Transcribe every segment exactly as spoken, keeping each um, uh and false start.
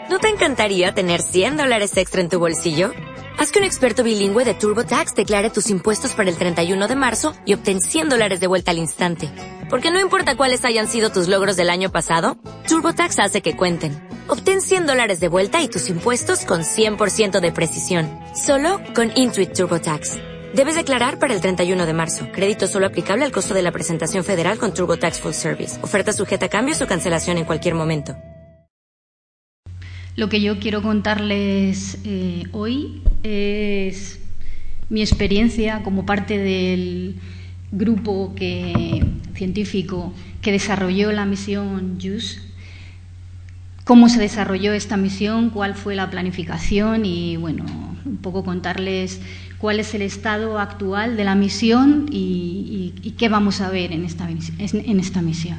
¿No te encantaría tener cien dólares extra en tu bolsillo? Haz que un experto bilingüe de TurboTax declare tus impuestos para el treinta y uno de marzo y obtén cien dólares de vuelta al instante. Porque no importa cuáles hayan sido tus logros del año pasado, TurboTax hace que cuenten. Obtén cien dólares de vuelta y tus impuestos con cien por ciento de precisión. Solo con Intuit TurboTax. Debes declarar para el treinta y uno de marzo. Crédito solo aplicable al costo de la presentación federal con TurboTax Full Service. Oferta sujeta a cambios o cancelación en cualquier momento. Lo que yo quiero contarles eh, hoy es mi experiencia como parte del grupo que, científico que desarrolló la misión JUICE, cómo se desarrolló esta misión, cuál fue la planificación y, bueno, un poco contarles cuál es el estado actual de la misión y, y, y qué vamos a ver en esta, en esta misión.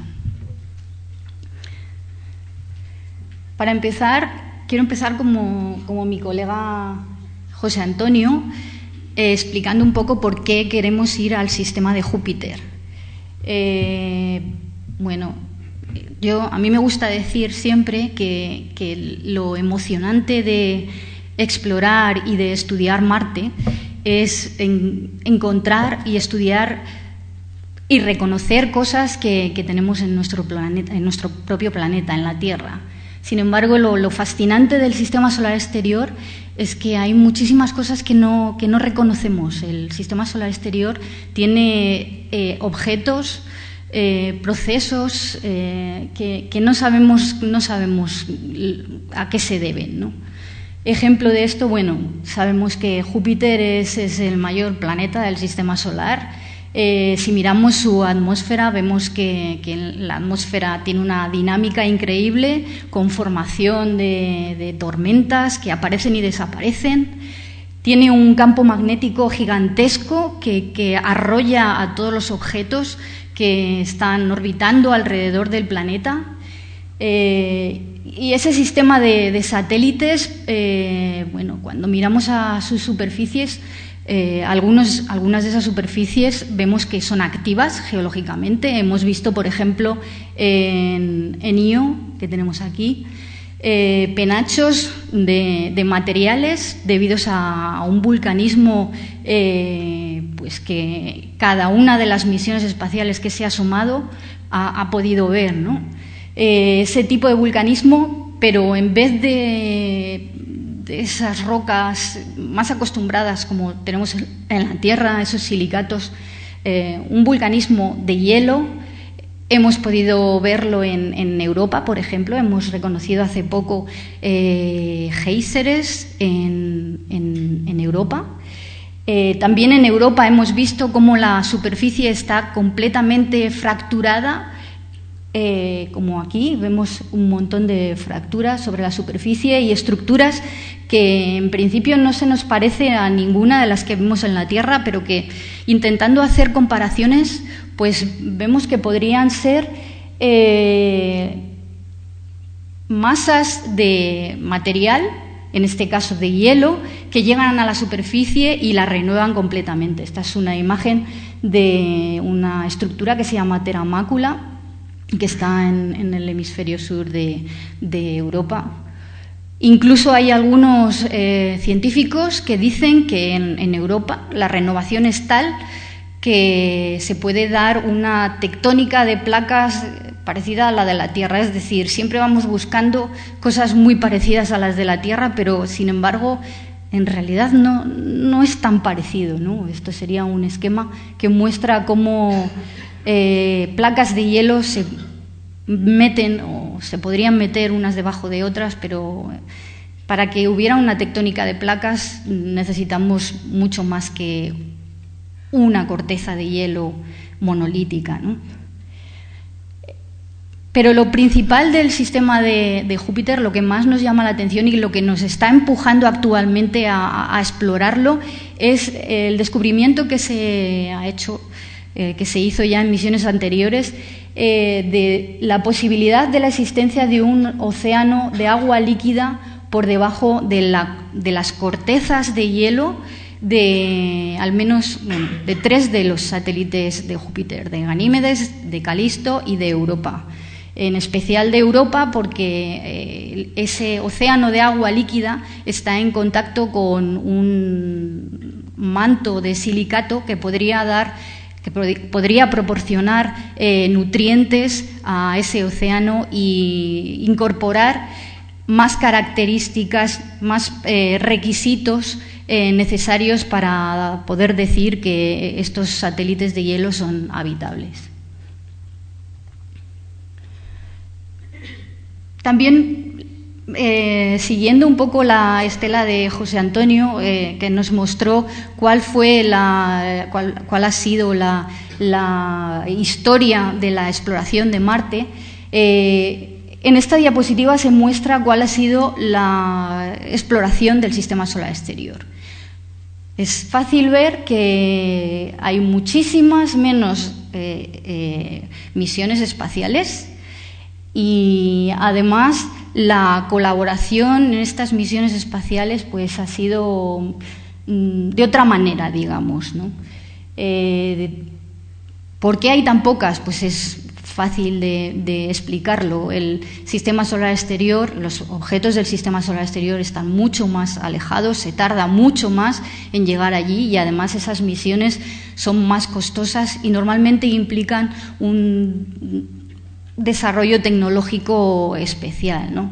Para empezar, quiero empezar como, como mi colega José Antonio, eh, explicando un poco por qué queremos ir al sistema de Júpiter. Eh, bueno, yo, a mí me gusta decir siempre que, que lo emocionante de explorar y de estudiar Marte es en, encontrar y estudiar y reconocer cosas que, que tenemos en nuestro planeta, en nuestro propio planeta, en la Tierra. Sin embargo, lo, lo fascinante del sistema solar exterior es que hay muchísimas cosas que no, que no reconocemos. El sistema solar exterior tiene eh, objetos, eh, procesos eh, que, que no sabemos, no sabemos a qué se deben, ¿no? Ejemplo de esto, bueno, sabemos que Júpiter es, es el mayor planeta del sistema solar. Eh, si miramos su atmósfera, vemos que, que la atmósfera tiene una dinámica increíble, con formación de, de tormentas que aparecen y desaparecen. Tiene un campo magnético gigantesco que, que arrolla a todos los objetos que están orbitando alrededor del planeta. Eh, y ese sistema de, de satélites, eh, bueno, cuando miramos a sus superficies, Eh, algunos, algunas de esas superficies vemos que son activas geológicamente. Hemos visto, por ejemplo, en, en Io, que tenemos aquí, eh, penachos de, de materiales debidos a, a un vulcanismo eh, pues que cada una de las misiones espaciales que se ha asomado ha, ha podido ver, ¿no? Eh, ese tipo de vulcanismo, pero en vez de de esas rocas más acostumbradas como tenemos en la Tierra, esos silicatos, eh, un vulcanismo de hielo. Hemos podido verlo en, en Europa, por ejemplo. Hemos reconocido hace poco eh, géiseres en, en, en Europa. Eh, también en Europa hemos visto cómo la superficie está completamente fracturada. Eh, como aquí vemos un montón de fracturas sobre la superficie y estructuras que en principio no se nos parece a ninguna de las que vemos en la Tierra, pero que intentando hacer comparaciones, pues vemos que podrían ser eh, masas de material, en este caso de hielo, que llegan a la superficie y la renuevan completamente. Esta es una imagen de una estructura que se llama Terra Macula, que está en, en el hemisferio sur de, de Europa. Incluso hay algunos eh, científicos que dicen que en, en Europa la renovación es tal que se puede dar una tectónica de placas parecida a la de la Tierra. Es decir, siempre vamos buscando cosas muy parecidas a las de la Tierra, pero sin embargo en realidad no, no es tan parecido, ¿no? Esto sería un esquema que muestra cómo Eh, placas de hielo se meten o se podrían meter unas debajo de otras, pero para que hubiera una tectónica de placas necesitamos mucho más que una corteza de hielo monolítica, ¿no? Pero lo principal del sistema de, de Júpiter, lo que más nos llama la atención y lo que nos está empujando actualmente a, a explorarlo, es el descubrimiento que se ha hecho Eh, que se hizo ya en misiones anteriores, eh, de la posibilidad de la existencia de un océano de agua líquida por debajo de, la, de las cortezas de hielo de al menos bueno, de tres de los satélites de Júpiter, de Ganímedes, de Calisto y de Europa. en especial de Europa, porque eh, ese océano de agua líquida está en contacto con un manto de silicato que podría dar, que podría proporcionar eh, nutrientes a ese océano y incorporar más características, más eh, requisitos eh, necesarios para poder decir que estos satélites de hielo son habitables. También, eh, siguiendo un poco la estela de José Antonio, eh, que nos mostró cuál fue la, cuál, cuál ha sido la, la historia de la exploración de Marte, eh, en esta diapositiva se muestra cuál ha sido la exploración del sistema solar exterior. Es fácil ver que hay muchísimas menos eh, eh, misiones espaciales. Y además la colaboración en estas misiones espaciales pues ha sido mm, de otra manera, digamos, ¿no? Eh, ¿Por qué hay tan pocas? Pues es fácil de, de explicarlo. El sistema solar exterior, los objetos del sistema solar exterior están mucho más alejados, se tarda mucho más en llegar allí y además esas misiones son más costosas y normalmente implican un desarrollo tecnológico especial, ¿no?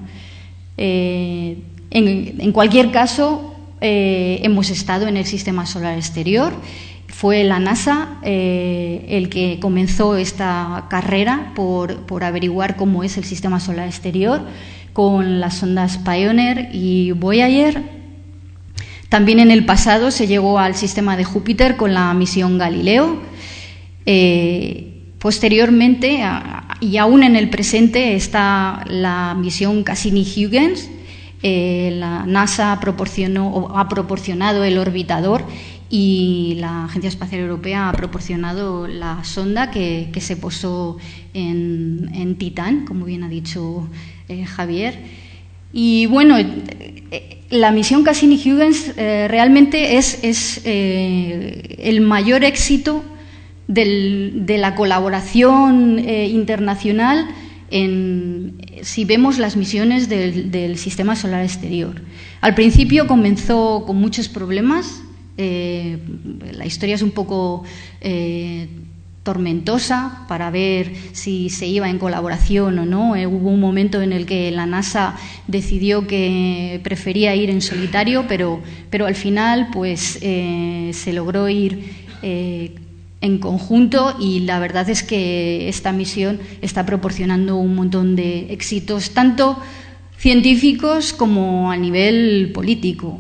Eh, en, en cualquier caso, eh, hemos estado en el sistema solar exterior. Fue la NASA eh, el que comenzó esta carrera por, por averiguar cómo es el sistema solar exterior con las sondas Pioneer y Voyager. También en el pasado se llegó al sistema de Júpiter con la misión Galileo. Eh, Posteriormente, y aún en el presente, está la misión Cassini-Huygens. Eh, la NASA proporcionó, o ha proporcionado el orbitador y la Agencia Espacial Europea ha proporcionado la sonda que, que se posó en, en Titán, como bien ha dicho eh, Javier. Y bueno, eh, la misión Cassini-Huygens eh, realmente es, es eh, el mayor éxito Del, de la colaboración eh, internacional en, si vemos las misiones del, del sistema solar exterior. Al principio comenzó con muchos problemas, eh, la historia es un poco eh, tormentosa para ver si se iba en colaboración o no. Eh, hubo un momento en el que la NASA decidió que prefería ir en solitario, pero, pero al final pues, eh, se logró ir eh, en conjunto y la verdad es que esta misión está proporcionando un montón de éxitos, tanto científicos como a nivel político.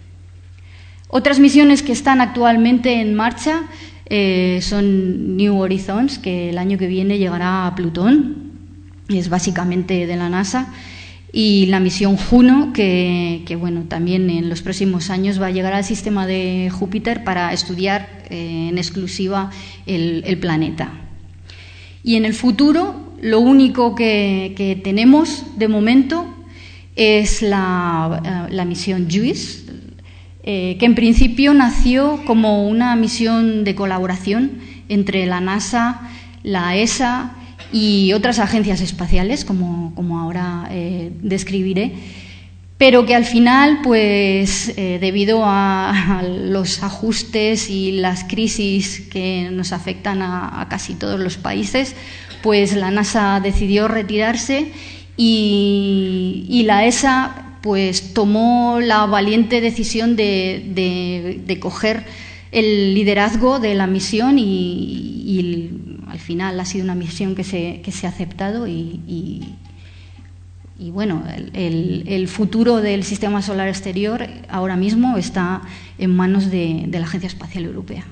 Otras misiones que están actualmente en marcha eh, son New Horizons, que el año que viene llegará a Plutón, es básicamente de la NASA, y la misión Juno, que, que bueno, también en los próximos años va a llegar al sistema de Júpiter para estudiar eh, en exclusiva el, el planeta. Y en el futuro, lo único que, que tenemos de momento es la, la misión JUICE, eh, que en principio nació como una misión de colaboración entre la NASA, la E S A y otras agencias espaciales, como, como ahora eh, describiré, pero que al final, pues, eh, debido a, a los ajustes y las crisis que nos afectan a, a casi todos los países, pues la NASA decidió retirarse y, y la E S A, pues, tomó la valiente decisión de, de, de coger el liderazgo de la misión y, y al final ha sido una misión que se, que se ha aceptado y, y, y bueno, el, el, el futuro del sistema solar exterior ahora mismo está en manos de, de la Agencia Espacial Europea.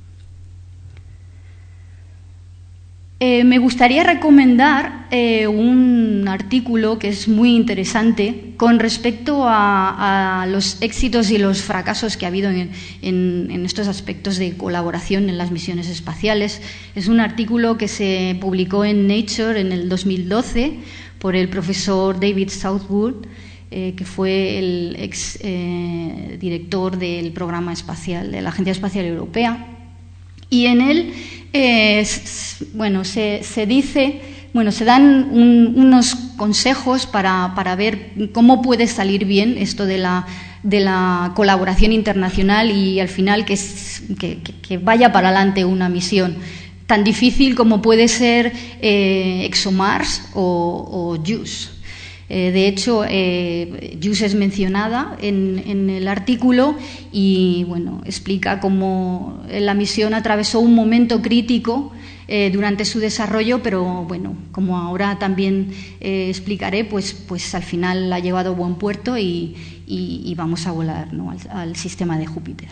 Eh, me gustaría recomendar eh, un artículo que es muy interesante con respecto a, a los éxitos y los fracasos que ha habido en, en, en estos aspectos de colaboración en las misiones espaciales. Es un artículo que se publicó en Nature en el dos mil doce por el profesor David Southwood, eh, que fue el ex eh, director del programa espacial de la Agencia Espacial Europea. Y en él, eh, bueno, se, se dice bueno, se dan un, unos consejos para, para ver cómo puede salir bien esto de la, de la colaboración internacional y al final que, que, que vaya para adelante una misión tan difícil como puede ser eh, ExoMars o, o JUICE. Eh, de hecho, eh, JUICE es mencionada en, en el artículo y bueno, explica cómo la misión atravesó un momento crítico eh, durante su desarrollo, pero bueno, como ahora también eh, explicaré, pues, pues al final ha llegado a buen puerto y, y, y vamos a volar, ¿no?, al, al sistema de Júpiter.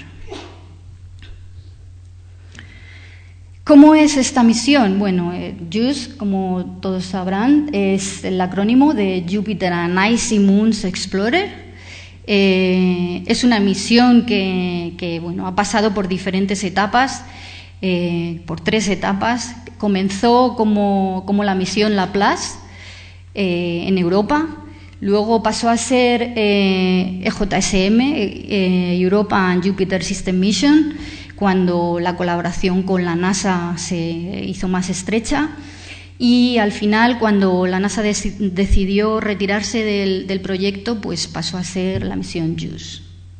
¿Cómo es esta misión? Bueno, eh, JUICE, como todos sabrán, es el acrónimo de Jupiter and Icy Moons Explorer. Eh, es una misión que, que bueno, ha pasado por diferentes etapas, eh, por tres etapas. Comenzó como, como la misión Laplace eh, en Europa. Luego pasó a ser eh, E J S M, eh, Europa and Jupiter System Mission, cuando la colaboración con la NASA se hizo más estrecha, y al final, cuando la NASA dec- decidió retirarse del, del proyecto, pues pasó a ser la misión JUICE.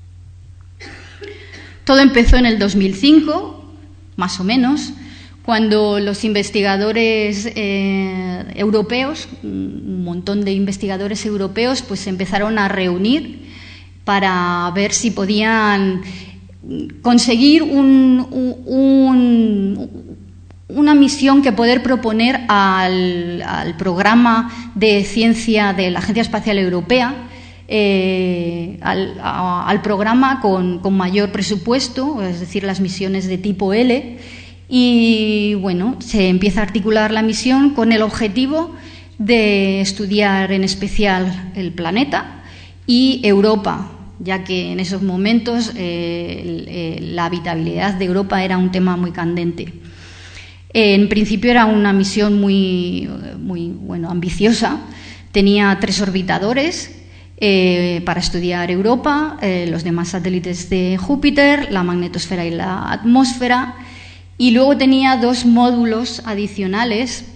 Todo empezó en el dos mil cinco, más o menos, cuando los investigadores eh, europeos, un montón de investigadores europeos, pues se empezaron a reunir para ver si podían conseguir un, un, una misión que poder proponer al, al programa de ciencia de la Agencia Espacial Europea, eh, al, a, al programa con, con mayor presupuesto, es decir, las misiones de tipo L. Y bueno, se empieza a articular la misión con el objetivo de estudiar en especial el planeta y Europa, ya que en esos momentos eh, la habitabilidad de Europa era un tema muy candente. En principio era una misión muy, muy bueno, ambiciosa. Tenía tres orbitadores eh, para estudiar Europa, eh, los demás satélites de Júpiter, la magnetosfera y la atmósfera, y luego tenía dos módulos adicionales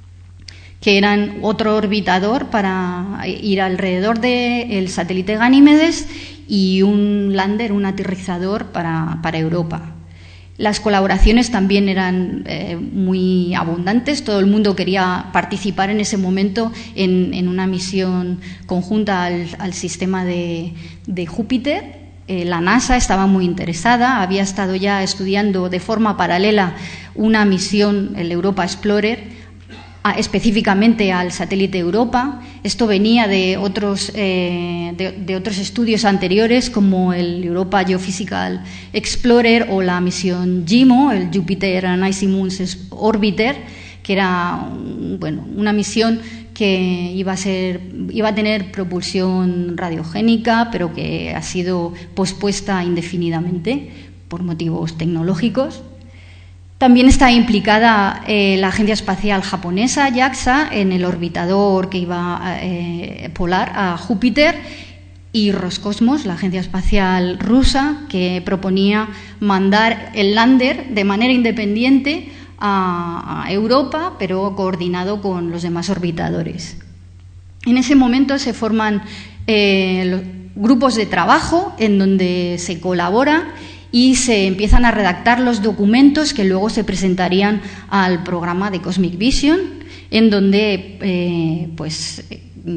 que eran otro orbitador para ir alrededor del satélite Ganímedes y un lander, un aterrizador para, para Europa. Las colaboraciones también eran eh, muy abundantes, todo el mundo quería participar en ese momento en, en una misión conjunta al, al sistema de, de Júpiter. Eh, la NASA estaba muy interesada, había estado ya estudiando de forma paralela una misión, el Europa Explorer, específicamente al satélite Europa. Esto venía de otros, eh, de, de otros estudios anteriores, como el Europa Geophysical Explorer o la misión JIMO, el Jupiter and Icy Moons Orbiter, que era bueno, una misión que iba a ser, iba a tener propulsión radiogénica, pero que ha sido pospuesta indefinidamente por motivos tecnológicos. También está implicada eh, la Agencia Espacial Japonesa, JAXA, en el orbitador que iba eh, polar a Júpiter, y Roscosmos, la Agencia Espacial Rusa, que proponía mandar el lander de manera independiente a, a Europa, pero coordinado con los demás orbitadores. En ese momento se forman eh, los grupos de trabajo en donde se colabora y se empiezan a redactar los documentos que luego se presentarían al programa de Cosmic Vision, en donde eh, pues,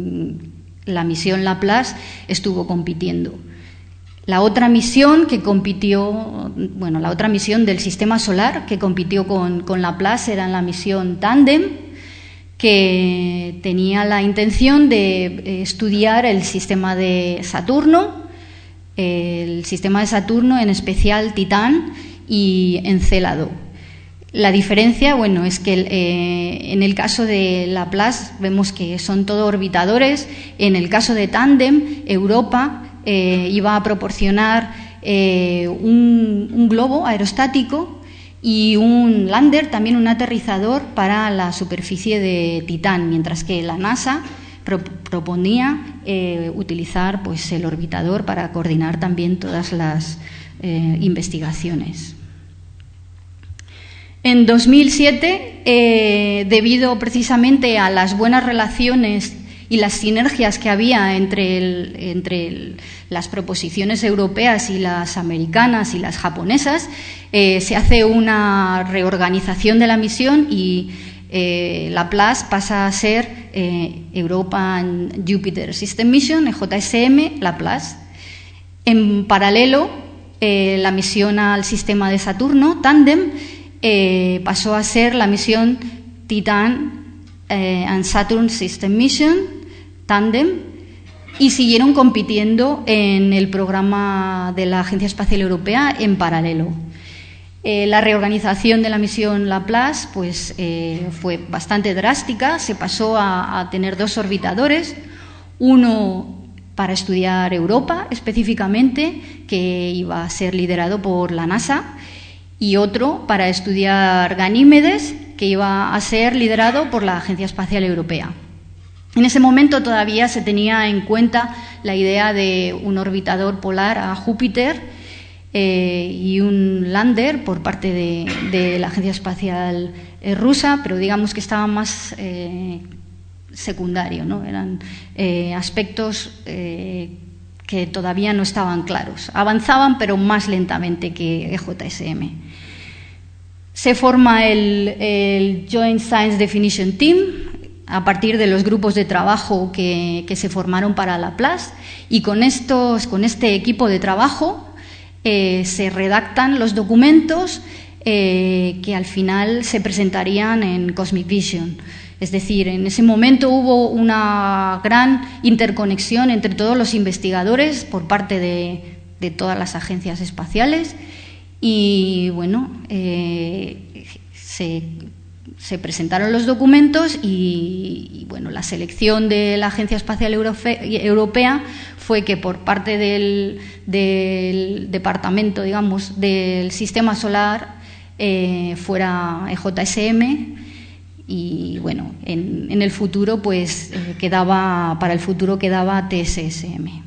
la misión Laplace estuvo compitiendo. La otra misión que compitió, bueno, la otra misión del Sistema Solar que compitió con, con Laplace era la misión Tandem, que tenía la intención de estudiar el sistema de Saturno, el sistema de Saturno, en especial Titán y Encélado. La diferencia, bueno, es que eh, en el caso de Laplace vemos que son todo orbitadores. En el caso de Tandem, Europa eh, iba a proporcionar eh, un, un globo aerostático y un lander, también un aterrizador para la superficie de Titán, mientras que la NASA proponía eh, utilizar pues, el orbitador para coordinar también todas las eh, investigaciones. En dos mil siete, eh, debido precisamente a las buenas relaciones y las sinergias que había entre, el, entre el, las proposiciones europeas y las americanas y las japonesas, eh, se hace una reorganización de la misión y eh, la P L A S pasa a ser eh, European Jupiter System Mission, E J S M, la P L A S. En paralelo, eh, la misión al sistema de Saturno, Tandem, eh, pasó a ser la misión Titan eh, and Saturn System Mission, Tandem, y siguieron compitiendo en el programa de la Agencia Espacial Europea en paralelo. Eh, la reorganización de la misión Laplace pues, eh, fue bastante drástica. Se pasó a, a tener dos orbitadores, uno para estudiar Europa específicamente, que iba a ser liderado por la NASA, y otro para estudiar Ganímedes, que iba a ser liderado por la Agencia Espacial Europea. En ese momento todavía se tenía en cuenta la idea de un orbitador polar a Júpiter eh, y un lander por parte de, de la Agencia Espacial eh, rusa, pero digamos que estaba más eh, secundario, ¿no? Eran eh, aspectos eh, que todavía no estaban claros. Avanzaban, pero más lentamente que E J S M. Se forma el, el Joint Science Definition Team a partir de los grupos de trabajo que, que se formaron para la P L A S, y con, estos, con este equipo de trabajo eh, se redactan los documentos eh, que al final se presentarían en Cosmic Vision. Es decir, en ese momento hubo una gran interconexión entre todos los investigadores por parte de, de todas las agencias espaciales y, bueno, eh, se... se presentaron los documentos y, y bueno, la selección de la Agencia Espacial Eurofe Europea fue que por parte del, del departamento, digamos, del Sistema Solar eh, fuera E J S M y bueno, en, en el futuro pues eh, quedaba, para el futuro quedaba T S S M.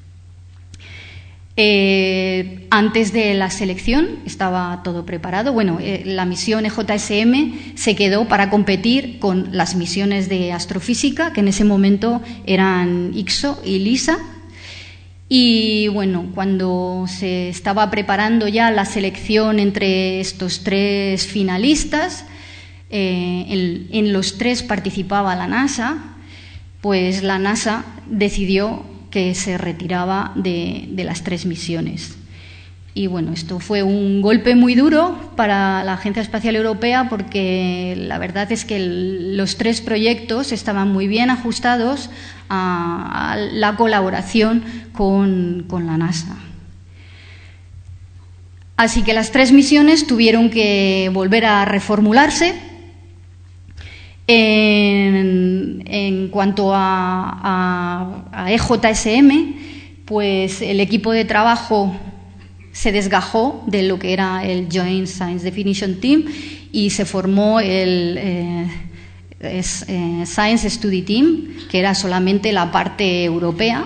Eh, antes de la selección estaba todo preparado. Bueno, eh, la misión E J S M se quedó para competir con las misiones de astrofísica, que en ese momento eran I X O y LISA. Y bueno, cuando se estaba preparando ya la selección entre estos tres finalistas, eh, en, en los tres participaba la NASA, pues la NASA decidió que se retiraba de, de las tres misiones. Y bueno, esto fue un golpe muy duro para la Agencia Espacial Europea porque la verdad es que el, los tres proyectos estaban muy bien ajustados a, a la colaboración con, con la NASA. Así que las tres misiones tuvieron que volver a reformularse. En, en cuanto a, a, a E J S M, pues el equipo de trabajo se desgajó de lo que era el Joint Science Definition Team y se formó el eh, es, eh, Science Study Team, que era solamente la parte europea,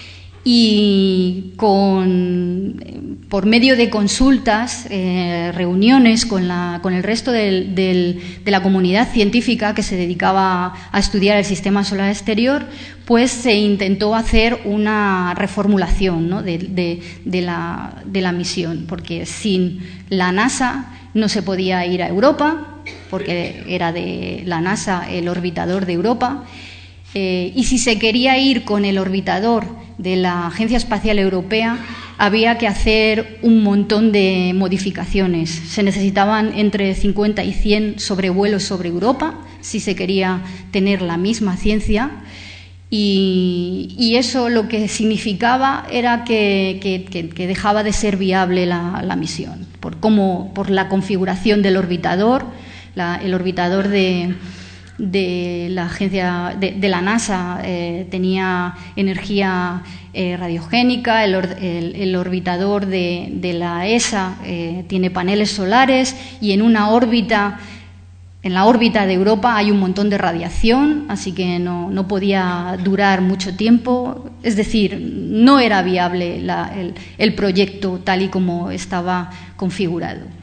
y con, por medio de consultas, eh, reuniones con, la, con el resto del, del, de la comunidad científica que se dedicaba a estudiar el sistema solar exterior, pues se intentó hacer una reformulación, ¿no? de, de, de, la, de la misión, porque sin la NASA no se podía ir a Europa, porque era de la NASA el orbitador de Europa, eh, y si se quería ir con el orbitador de la Agencia Espacial Europea, había que hacer un montón de modificaciones. Se necesitaban entre cincuenta y cien sobrevuelos sobre Europa si se quería tener la misma ciencia, y, y eso lo que significaba era que, que, que, que dejaba de ser viable la, la misión, por, cómo, por la configuración del orbitador. La, el orbitador de de la agencia de, de la NASA eh, tenía energía eh, radiogénica, el, or, el, el orbitador de, de la E S A eh, tiene paneles solares, y en una órbita, en la órbita de Europa hay un montón de radiación, así que no, no podía durar mucho tiempo. Es decir, no era viable la, el, el proyecto tal y como estaba configurado.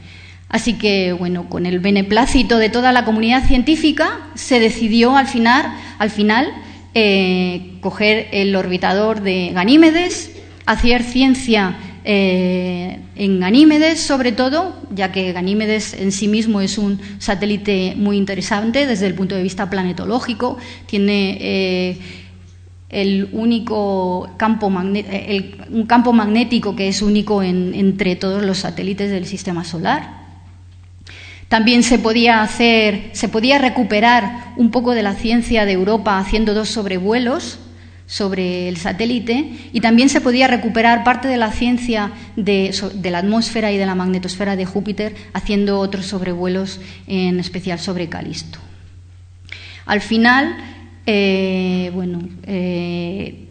Así que, bueno, con el beneplácito de toda la comunidad científica, se decidió al final, al final eh, coger el orbitador de Ganímedes, hacer ciencia eh, en Ganímedes, sobre todo, ya que Ganímedes en sí mismo es un satélite muy interesante desde el punto de vista planetológico, tiene eh, el único campo el, un campo magnético que es único en, entre todos los satélites del Sistema Solar. También se podía hacer, se podía recuperar un poco de la ciencia de Europa haciendo dos sobrevuelos sobre el satélite, y también se podía recuperar parte de la ciencia de, de la atmósfera y de la magnetosfera de Júpiter haciendo otros sobrevuelos, en especial sobre Calisto. Al final, eh, bueno, eh,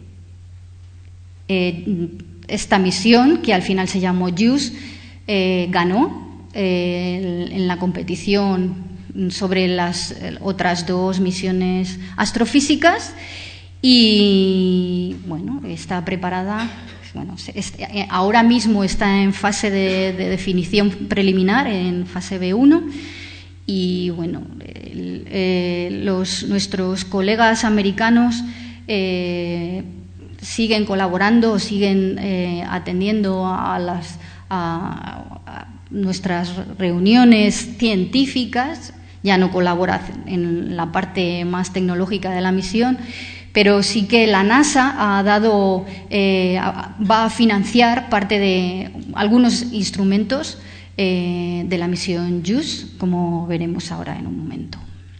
eh, esta misión, que al final se llamó JUICE, eh, ganó Eh, en la competición sobre las otras dos misiones astrofísicas y, bueno, está preparada, bueno, ahora mismo está en fase de, de definición preliminar, en fase B uno, y, bueno, el, eh, los, nuestros colegas americanos eh, siguen colaborando, siguen eh, atendiendo a las a, a nuestras reuniones científicas. Ya no colabora en la parte más tecnológica de la misión, pero sí que la NASA ha dado, eh, va a financiar parte de algunos instrumentos eh, de la misión JUICE, como veremos ahora en un momento.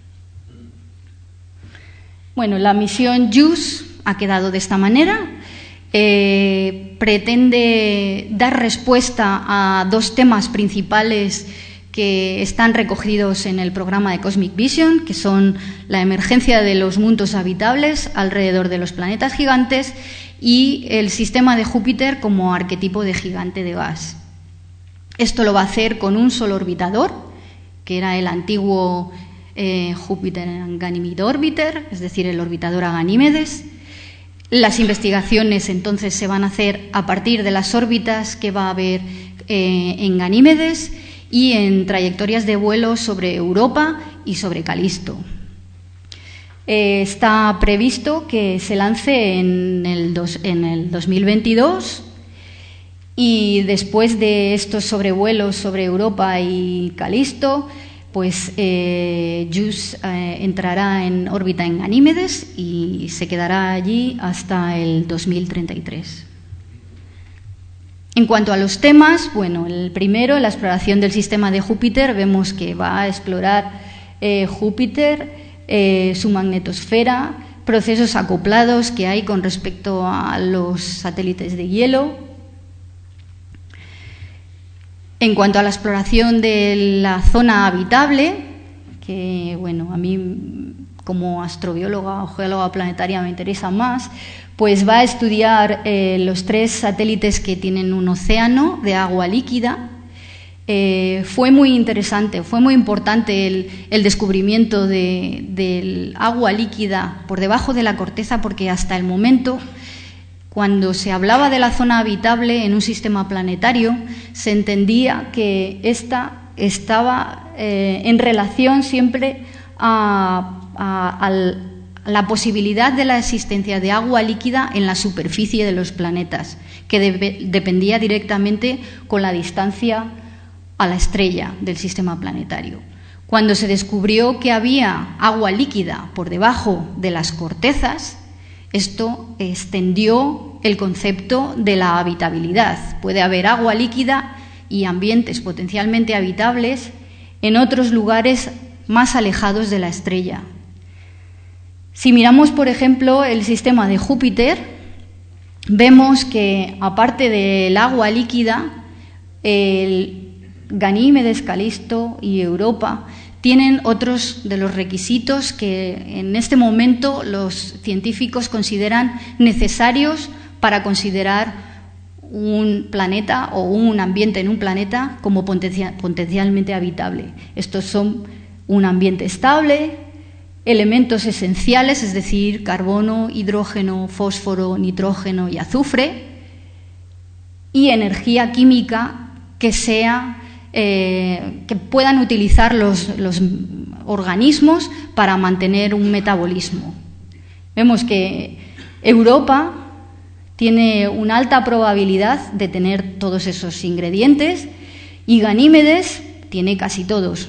Bueno, la misión JUICE ha quedado de esta manera. Eh, pretende dar respuesta a dos temas principales que están recogidos en el programa de Cosmic Vision, que son la emergencia de los mundos habitables alrededor de los planetas gigantes y el sistema de Júpiter como arquetipo de gigante de gas. Esto lo va a hacer con un solo orbitador, que era el antiguo eh, Júpiter Ganymede Orbiter, es decir, el orbitador a Ganímedes. Las investigaciones entonces se van a hacer a partir de las órbitas que va a haber eh, en Ganímedes y en trayectorias de vuelo sobre Europa y sobre Calisto. Eh, está previsto que se lance en el, dos, en el dos mil veintidós, y después de estos sobrevuelos sobre Europa y Calisto, pues eh, JUICE eh, entrará en órbita en Ganímedes y se quedará allí hasta el dos mil treinta y tres. En cuanto a los temas, bueno, el primero, la exploración del sistema de Júpiter, vemos que va a explorar eh, Júpiter, eh, su magnetosfera, procesos acoplados que hay con respecto a los satélites de hielo. En cuanto a la exploración de la zona habitable, que, bueno, a mí como astrobióloga o geóloga planetaria me interesa más, pues va a estudiar eh, los tres satélites que tienen un océano de agua líquida. Eh, fue muy interesante, fue muy importante el, el descubrimiento de, del agua líquida por debajo de la corteza, porque hasta el momento, cuando se hablaba de la zona habitable en un sistema planetario, se entendía que ésta estaba eh, en relación siempre a, a, a la posibilidad de la existencia de agua líquida en la superficie de los planetas, que de, dependía directamente con la distancia a la estrella del sistema planetario. Cuando se descubrió que había agua líquida por debajo de las cortezas, esto extendió el concepto de la habitabilidad. Puede haber agua líquida y ambientes potencialmente habitables en otros lugares más alejados de la estrella. Si miramos, por ejemplo, el sistema de Júpiter, vemos que, aparte del agua líquida, el Ganímedes, Calisto y Europa tienen otros de los requisitos que en este momento los científicos consideran necesarios para considerar un planeta o un ambiente en un planeta como potencialmente habitable. Estos son un ambiente estable, elementos esenciales, es decir, carbono, hidrógeno, fósforo, nitrógeno y azufre, y energía química que sea eh, que puedan utilizar los, los organismos para mantener un metabolismo. Vemos que Europa tiene una alta probabilidad de tener todos esos ingredientes y Ganímedes tiene casi todos.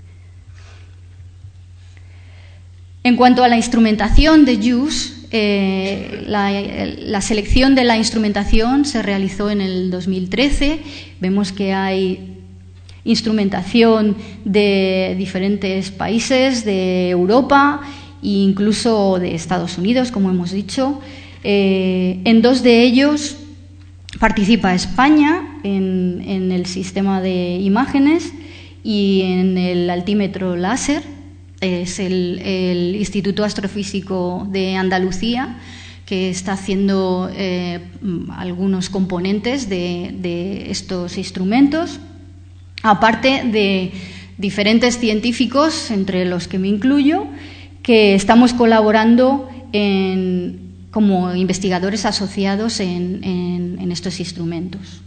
En cuanto a la instrumentación de JUICE, eh, la, la selección de la instrumentación se realizó en el dos mil trece. Vemos que hay instrumentación de diferentes países de Europa e incluso de Estados Unidos, como hemos dicho. Eh, en dos de ellos participa España en, en el sistema de imágenes y en el altímetro láser. Es el, el Instituto Astrofísico de Andalucía, que está haciendo eh, algunos componentes de, de estos instrumentos, aparte de diferentes científicos, entre los que me incluyo, que estamos colaborando en, como investigadores asociados en, en, en estos instrumentos.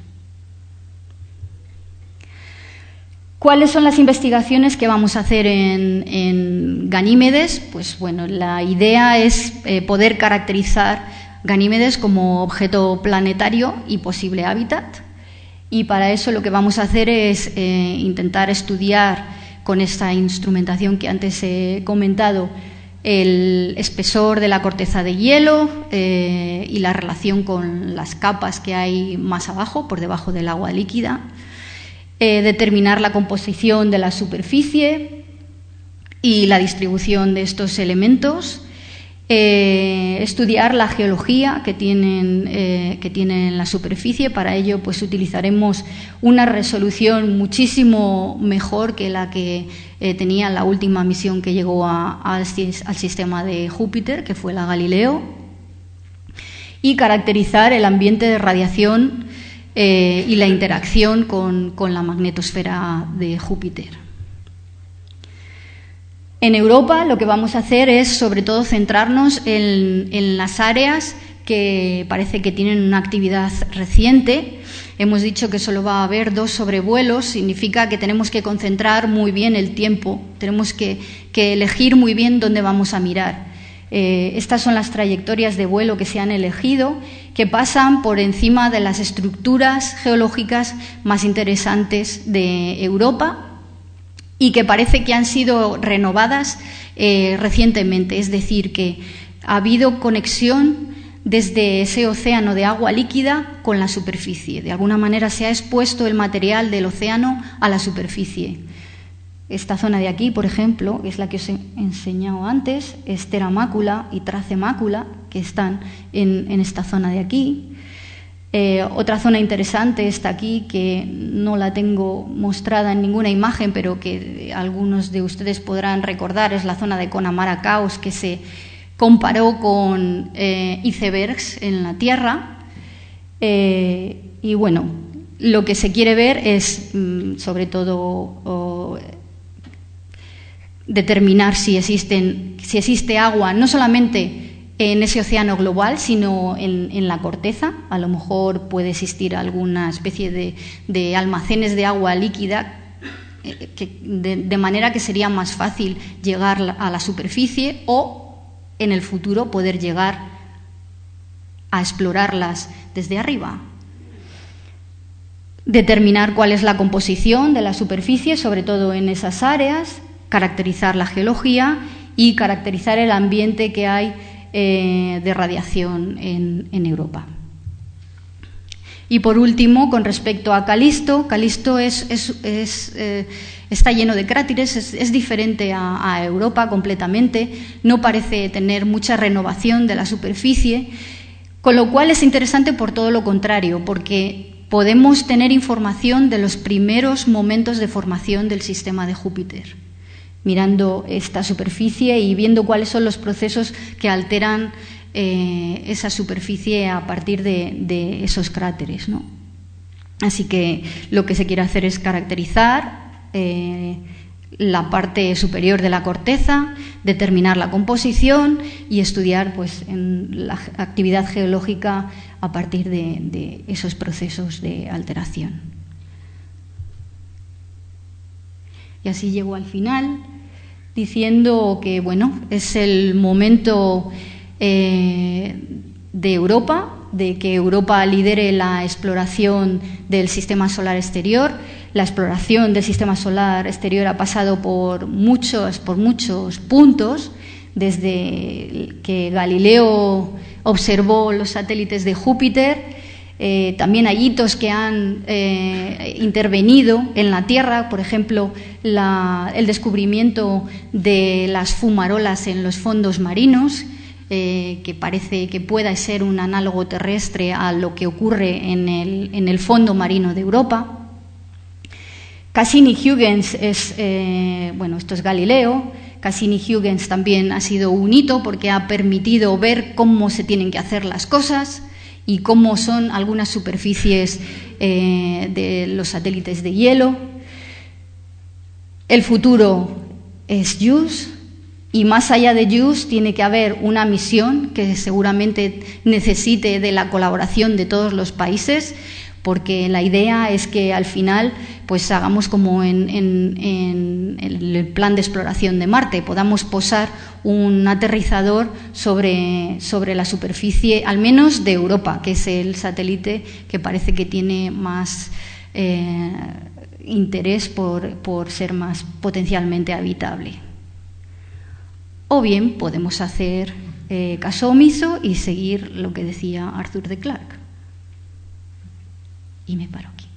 ¿Cuáles son las investigaciones que vamos a hacer en, en Ganímedes? Pues bueno, la idea es eh, poder caracterizar Ganímedes como objeto planetario y posible hábitat. Y para eso lo que vamos a hacer es eh, intentar estudiar con esta instrumentación que antes he comentado el espesor de la corteza de hielo eh, y la relación con las capas que hay más abajo, por debajo del agua líquida. Eh, determinar la composición de la superficie y la distribución de estos elementos, eh, estudiar la geología que tienen, eh, que tienen la superficie. Para ello, pues utilizaremos una resolución muchísimo mejor que la que eh, tenía la última misión que llegó a, a, al sistema de Júpiter, que fue la Galileo, y caracterizar el ambiente de radiación Eh, y la interacción con, con la magnetosfera de Júpiter. En Europa lo que vamos a hacer es sobre todo centrarnos en, en las áreas que parece que tienen una actividad reciente. Hemos dicho que solo va a haber dos sobrevuelos, significa que tenemos que concentrar muy bien el tiempo, tenemos que, que elegir muy bien dónde vamos a mirar. Eh, estas son las trayectorias de vuelo que se han elegido, que pasan por encima de las estructuras geológicas más interesantes de Europa y que parece que han sido renovadas eh, recientemente. Es decir, que ha habido conexión desde ese océano de agua líquida con la superficie. De alguna manera se ha expuesto el material del océano a la superficie. Esta zona de aquí, por ejemplo, es la que os he enseñado antes, es Teramácula y Tracemácula, que están en, en esta zona de aquí. Eh, otra zona interesante está aquí, que no la tengo mostrada en ninguna imagen, pero que algunos de ustedes podrán recordar, es la zona de Connemara Caos, que se comparó con eh, icebergs en la Tierra. Eh, y bueno, lo que se quiere ver es, mm, sobre todo, oh, determinar si, existen, si existe agua, no solamente en ese océano global, sino en, en la corteza. A lo mejor puede existir alguna especie de, de almacenes de agua líquida, eh, que, de, de manera que sería más fácil llegar a la superficie o, en el futuro, poder llegar a explorarlas desde arriba. Determinar cuál es la composición de la superficie, sobre todo en esas áreas, caracterizar la geología y caracterizar el ambiente que hay eh, de radiación en, en Europa. Y por último, con respecto a Calisto, Calisto es, es, es, eh, está lleno de cráteres, es, es diferente a, a Europa completamente, no parece tener mucha renovación de la superficie, con lo cual es interesante por todo lo contrario, porque podemos tener información de los primeros momentos de formación del sistema de Júpiter, mirando esta superficie y viendo cuáles son los procesos que alteran eh, esa superficie a partir de, de esos cráteres, ¿no? Así que lo que se quiere hacer es caracterizar eh, la parte superior de la corteza, determinar la composición y estudiar, pues, en la actividad geológica a partir de, de esos procesos de alteración. Y así llego al final, diciendo que, bueno, es el momento eh, de Europa, de que Europa lidere la exploración del sistema solar exterior. La exploración del sistema solar exterior ha pasado por muchos, por muchos puntos, desde que Galileo observó los satélites de Júpiter. Eh, también hay hitos que han eh, intervenido en la Tierra, por ejemplo, la, el descubrimiento de las fumarolas en los fondos marinos, eh, que parece que pueda ser un análogo terrestre a lo que ocurre en el, en el fondo marino de Europa. Cassini-Huygens es, eh, bueno, esto es Galileo. Cassini-Huygens también ha sido un hito porque ha permitido ver cómo se tienen que hacer las cosas y cómo son algunas superficies eh, de los satélites de hielo. El futuro es JUICE, y más allá de JUICE tiene que haber una misión que seguramente necesite de la colaboración de todos los países, porque la idea es que al final pues hagamos como en, en, en el plan de exploración de Marte, podamos posar un aterrizador sobre, sobre la superficie, al menos de Europa, que es el satélite que parece que tiene más eh, interés por, por ser más potencialmente habitable. O bien podemos hacer eh, caso omiso y seguir lo que decía Arthur de Clarke. Y me paro aquí.